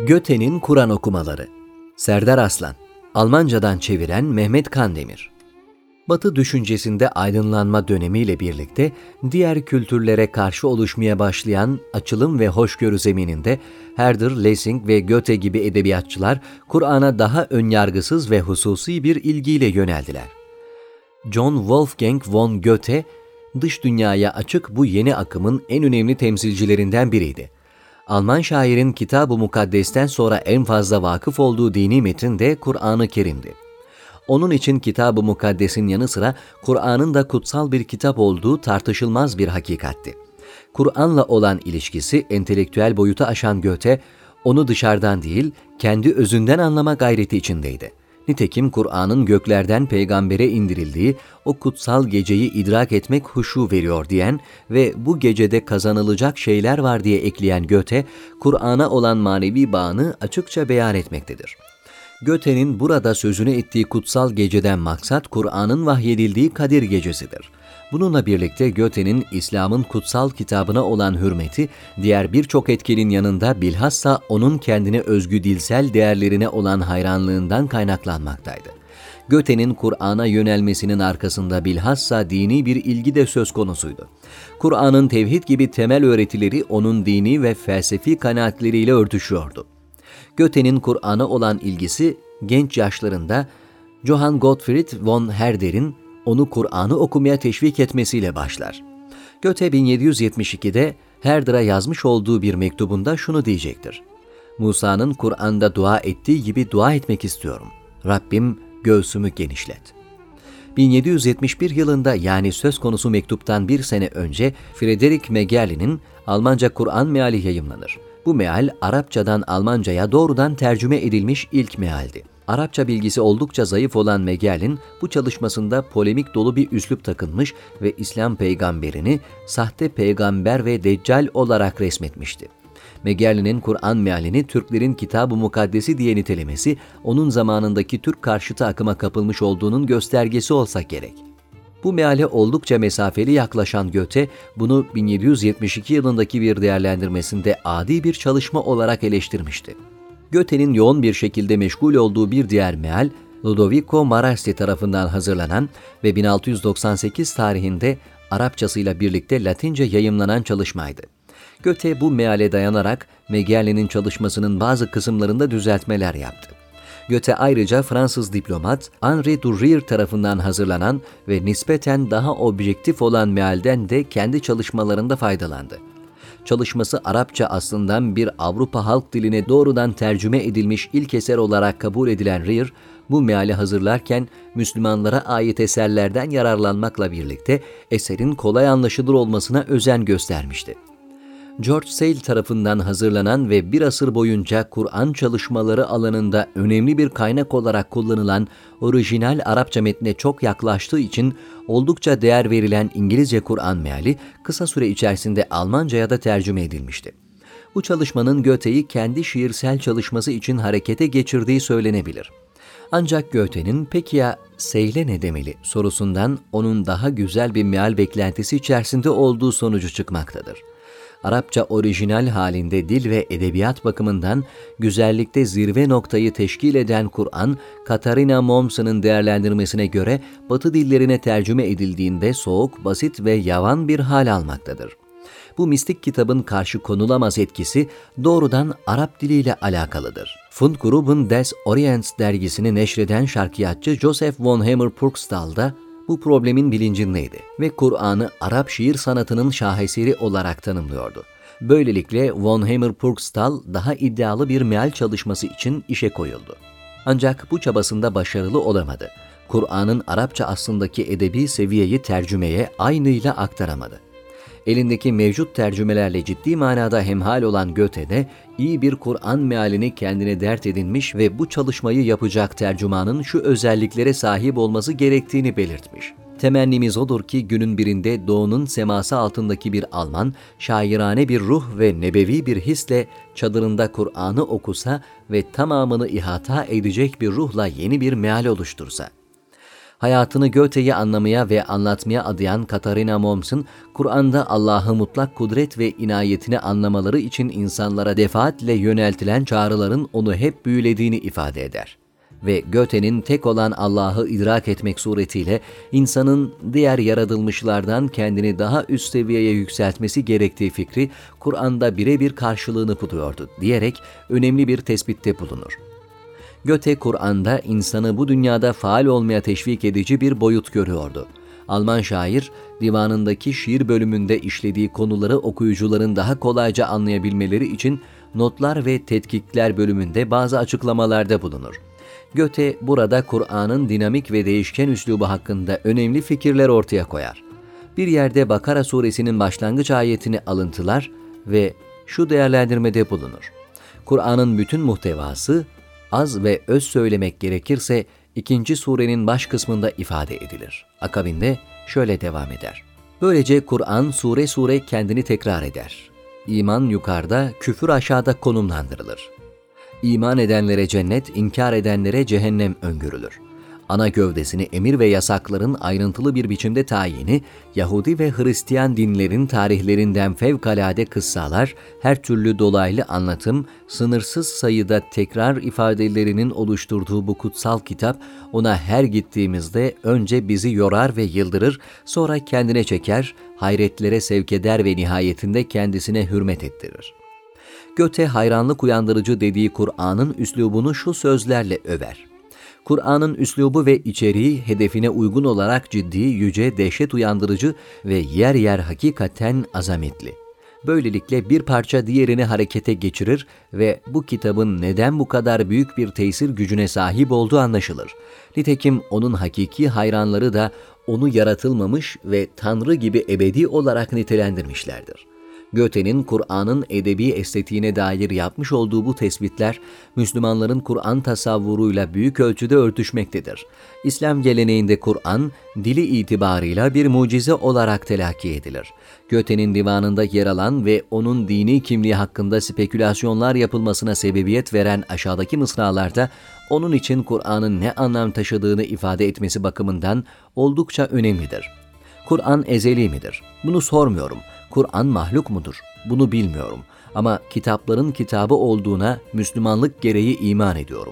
Göte'nin Kur'an okumaları. Serdar Aslan. Almancadan çeviren Mehmet Kandemir. Batı düşüncesinde aydınlanma dönemiyle birlikte diğer kültürlere karşı oluşmaya başlayan açılım ve hoşgörü zemininde Herder, Lessing ve Goethe gibi edebiyatçılar Kur'an'a daha önyargısız ve hususi bir ilgiyle yöneldiler. John Wolfgang von Goethe, dış dünyaya açık bu yeni akımın en önemli temsilcilerinden biriydi. Alman şairin Kitab-ı Mukaddes'ten sonra en fazla vakıf olduğu dini metin de Kur'an-ı Kerim'di. Onun için Kitab-ı Mukaddes'in yanı sıra Kur'an'ın da kutsal bir kitap olduğu tartışılmaz bir hakikatti. Kur'an'la olan ilişkisi entelektüel boyuta aşan Goethe, onu dışarıdan değil, kendi özünden anlama gayreti içindeydi. Nitekim Kur'an'ın göklerden peygambere indirildiği o kutsal geceyi idrak etmek huşu veriyor diyen ve bu gecede kazanılacak şeyler var diye ekleyen Goethe, Kur'an'a olan manevi bağını açıkça beyan etmektedir. Goethe'nin burada sözünü ettiği kutsal geceden maksat Kur'an'ın vahyedildiği Kadir Gecesidir. Bununla birlikte Goethe'nin İslam'ın kutsal kitabına olan hürmeti, diğer birçok etkenin yanında bilhassa onun kendine özgü dilsel değerlerine olan hayranlığından kaynaklanmaktaydı. Goethe'nin Kur'an'a yönelmesinin arkasında bilhassa dini bir ilgi de söz konusuydu. Kur'an'ın tevhid gibi temel öğretileri onun dini ve felsefi kanaatleriyle örtüşüyordu. Goethe'nin Kur'an'a olan ilgisi genç yaşlarında Johann Gottfried von Herder'in onu Kur'an'ı okumaya teşvik etmesiyle başlar. Goethe 1772'de Herder'a yazmış olduğu bir mektubunda şunu diyecektir: Musa'nın Kur'an'da dua ettiği gibi dua etmek istiyorum. Rabbim göğsümü genişlet. 1771 yılında, yani söz konusu mektuptan bir sene önce Friedrich Megerlin'in Almanca Kur'an meali yayımlanır. Bu meal Arapçadan Almancaya doğrudan tercüme edilmiş ilk mealdi. Arapça bilgisi oldukça zayıf olan Megerlin bu çalışmasında polemik dolu bir üslup takınmış ve İslam peygamberini sahte peygamber ve deccal olarak resmetmişti. Megerlin'in Kur'an mealini Türklerin Kitab-ı Mukaddesi diye nitelemesi, onun zamanındaki Türk karşıtı akıma kapılmış olduğunun göstergesi olsa gerek. Bu meale oldukça mesafeli yaklaşan Goethe, bunu 1772 yılındaki bir değerlendirmesinde adi bir çalışma olarak eleştirmişti. Goethe'nin yoğun bir şekilde meşgul olduğu bir diğer meal, Ludovico Marasti tarafından hazırlanan ve 1698 tarihinde Arapçasıyla birlikte Latince yayımlanan çalışmaydı. Goethe bu meale dayanarak Megerlin'in çalışmasının bazı kısımlarında düzeltmeler yaptı. Goethe ayrıca Fransız diplomat Henri Durir tarafından hazırlanan ve nispeten daha objektif olan mealden de kendi çalışmalarında faydalandı. Çalışması Arapça aslından bir Avrupa halk diline doğrudan tercüme edilmiş ilk eser olarak kabul edilen Reer, bu meali hazırlarken Müslümanlara ait eserlerden yararlanmakla birlikte eserin kolay anlaşılır olmasına özen göstermişti. George Sale tarafından hazırlanan ve bir asır boyunca Kur'an çalışmaları alanında önemli bir kaynak olarak kullanılan orijinal Arapça metne çok yaklaştığı için oldukça değer verilen İngilizce Kur'an meali kısa süre içerisinde Almanca'ya da tercüme edilmişti. Bu çalışmanın Goethe'yi kendi şiirsel çalışması için harekete geçirdiği söylenebilir. Ancak Goethe'nin "Peki ya Sale ne demeli?" sorusundan onun daha güzel bir meal beklentisi içerisinde olduğu sonucu çıkmaktadır. Arapça orijinal halinde dil ve edebiyat bakımından güzellikte zirve noktayı teşkil eden Kur'an, Katharina Mommsen'ın değerlendirmesine göre Batı dillerine tercüme edildiğinde soğuk, basit ve yavan bir hal almaktadır. Bu mistik kitabın karşı konulamaz etkisi doğrudan Arap diliyle alakalıdır. Fundgruben des Orients dergisini neşreden şarkiyatçı Joseph von Hammer-Purgstall da bu problemin bilincindeydi ve Kur'an'ı Arap şiir sanatının şaheseri olarak tanımlıyordu. Böylelikle von Hammer-Purgstall daha iddialı bir meal çalışması için işe koyuldu. Ancak bu çabasında başarılı olamadı. Kur'an'ın Arapça aslındaki edebi seviyeyi tercümeye aynıyla aktaramadı. Elindeki mevcut tercümelerle ciddi manada hemhal olan Goethe de iyi bir Kur'an mealini kendine dert edinmiş ve bu çalışmayı yapacak tercümanın şu özelliklere sahip olması gerektiğini belirtmiş. Temennimiz odur ki günün birinde doğunun seması altındaki bir Alman, şairane bir ruh ve nebevi bir hisle çadırında Kur'an'ı okusa ve tamamını ihata edecek bir ruhla yeni bir meal oluştursa. Hayatını Goethe'yi anlamaya ve anlatmaya adayan Katharina Mommsen, Kur'an'da Allah'ı mutlak kudret ve inayetini anlamaları için insanlara defaatle yöneltilen çağrıların onu hep büyülediğini ifade eder. Ve Goethe'nin tek olan Allah'ı idrak etmek suretiyle insanın diğer yaratılmışlardan kendini daha üst seviyeye yükseltmesi gerektiği fikri Kur'an'da birebir karşılığını buluyordu diyerek önemli bir tespitte bulunur. Goethe, Kur'an'da insanı bu dünyada faal olmaya teşvik edici bir boyut görüyordu. Alman şair, divanındaki şiir bölümünde işlediği konuları okuyucuların daha kolayca anlayabilmeleri için notlar ve tetkikler bölümünde bazı açıklamalarda bulunur. Goethe burada Kur'an'ın dinamik ve değişken üslubu hakkında önemli fikirler ortaya koyar. Bir yerde Bakara suresinin başlangıç ayetini alıntılar ve şu değerlendirmede bulunur. Kur'an'ın bütün muhtevası, az ve öz söylemek gerekirse 2. surenin baş kısmında ifade edilir. Akabinde şöyle devam eder. Böylece Kur'an sure sure kendini tekrar eder. İman yukarıda, küfür aşağıda konumlandırılır. İman edenlere cennet, inkar edenlere cehennem öngörülür. Ana gövdesini emir ve yasakların ayrıntılı bir biçimde tayini, Yahudi ve Hristiyan dinlerin tarihlerinden fevkalade kıssalar, her türlü dolaylı anlatım, sınırsız sayıda tekrar ifadelerinin oluşturduğu bu kutsal kitap, ona her gittiğimizde önce bizi yorar ve yıldırır, sonra kendine çeker, hayretlere sevk eder ve nihayetinde kendisine hürmet ettirir. Goethe hayranlık uyandırıcı dediği Kur'an'ın üslubunu şu sözlerle över. Kur'an'ın üslubu ve içeriği hedefine uygun olarak ciddi, yüce, dehşet uyandırıcı ve yer yer hakikaten azametli. Böylelikle bir parça diğerini harekete geçirir ve bu kitabın neden bu kadar büyük bir tesir gücüne sahip olduğu anlaşılır. Nitekim onun hakiki hayranları da onu yaratılmamış ve Tanrı gibi ebedi olarak nitelendirmişlerdir. Goethe'nin Kur'an'ın edebi estetiğine dair yapmış olduğu bu tespitler, Müslümanların Kur'an tasavvuruyla büyük ölçüde örtüşmektedir. İslam geleneğinde Kur'an, dili itibarıyla bir mucize olarak telakki edilir. Goethe'nin divanında yer alan ve onun dini kimliği hakkında spekülasyonlar yapılmasına sebebiyet veren aşağıdaki mısralarda, onun için Kur'an'ın ne anlam taşıdığını ifade etmesi bakımından oldukça önemlidir. Kur'an ezeli midir? Bunu sormuyorum. Kur'an mahluk mudur? Bunu bilmiyorum. Ama kitapların kitabı olduğuna Müslümanlık gereği iman ediyorum.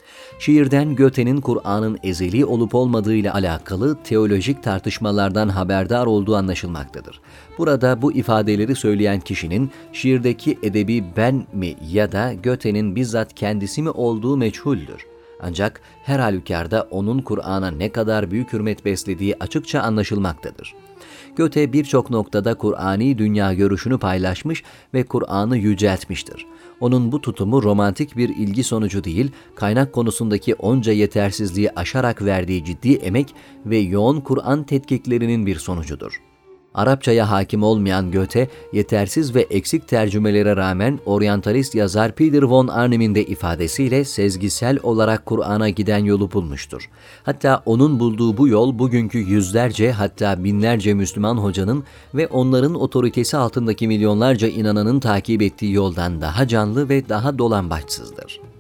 Şiirden Goethe'nin Kur'an'ın ezeli olup olmadığıyla alakalı teolojik tartışmalardan haberdar olduğu anlaşılmaktadır. Burada bu ifadeleri söyleyen kişinin şiirdeki edebi ben mi ya da Goethe'nin bizzat kendisi mi olduğu meçhuldür. Ancak her halükarda onun Kur'an'a ne kadar büyük hürmet beslediği açıkça anlaşılmaktadır. Goethe birçok noktada Kur'ani dünya görüşünü paylaşmış ve Kur'an'ı yüceltmiştir. Onun bu tutumu romantik bir ilgi sonucu değil, kaynak konusundaki onca yetersizliği aşarak verdiği ciddi emek ve yoğun Kur'an tetkiklerinin bir sonucudur. Arapçaya hakim olmayan Goethe, yetersiz ve eksik tercümelere rağmen oryantalist yazar Peter von Arnim'in de ifadesiyle sezgisel olarak Kur'an'a giden yolu bulmuştur. Hatta onun bulduğu bu yol bugünkü yüzlerce hatta binlerce Müslüman hocanın ve onların otoritesi altındaki milyonlarca inananın takip ettiği yoldan daha canlı ve daha dolambaçsızdır.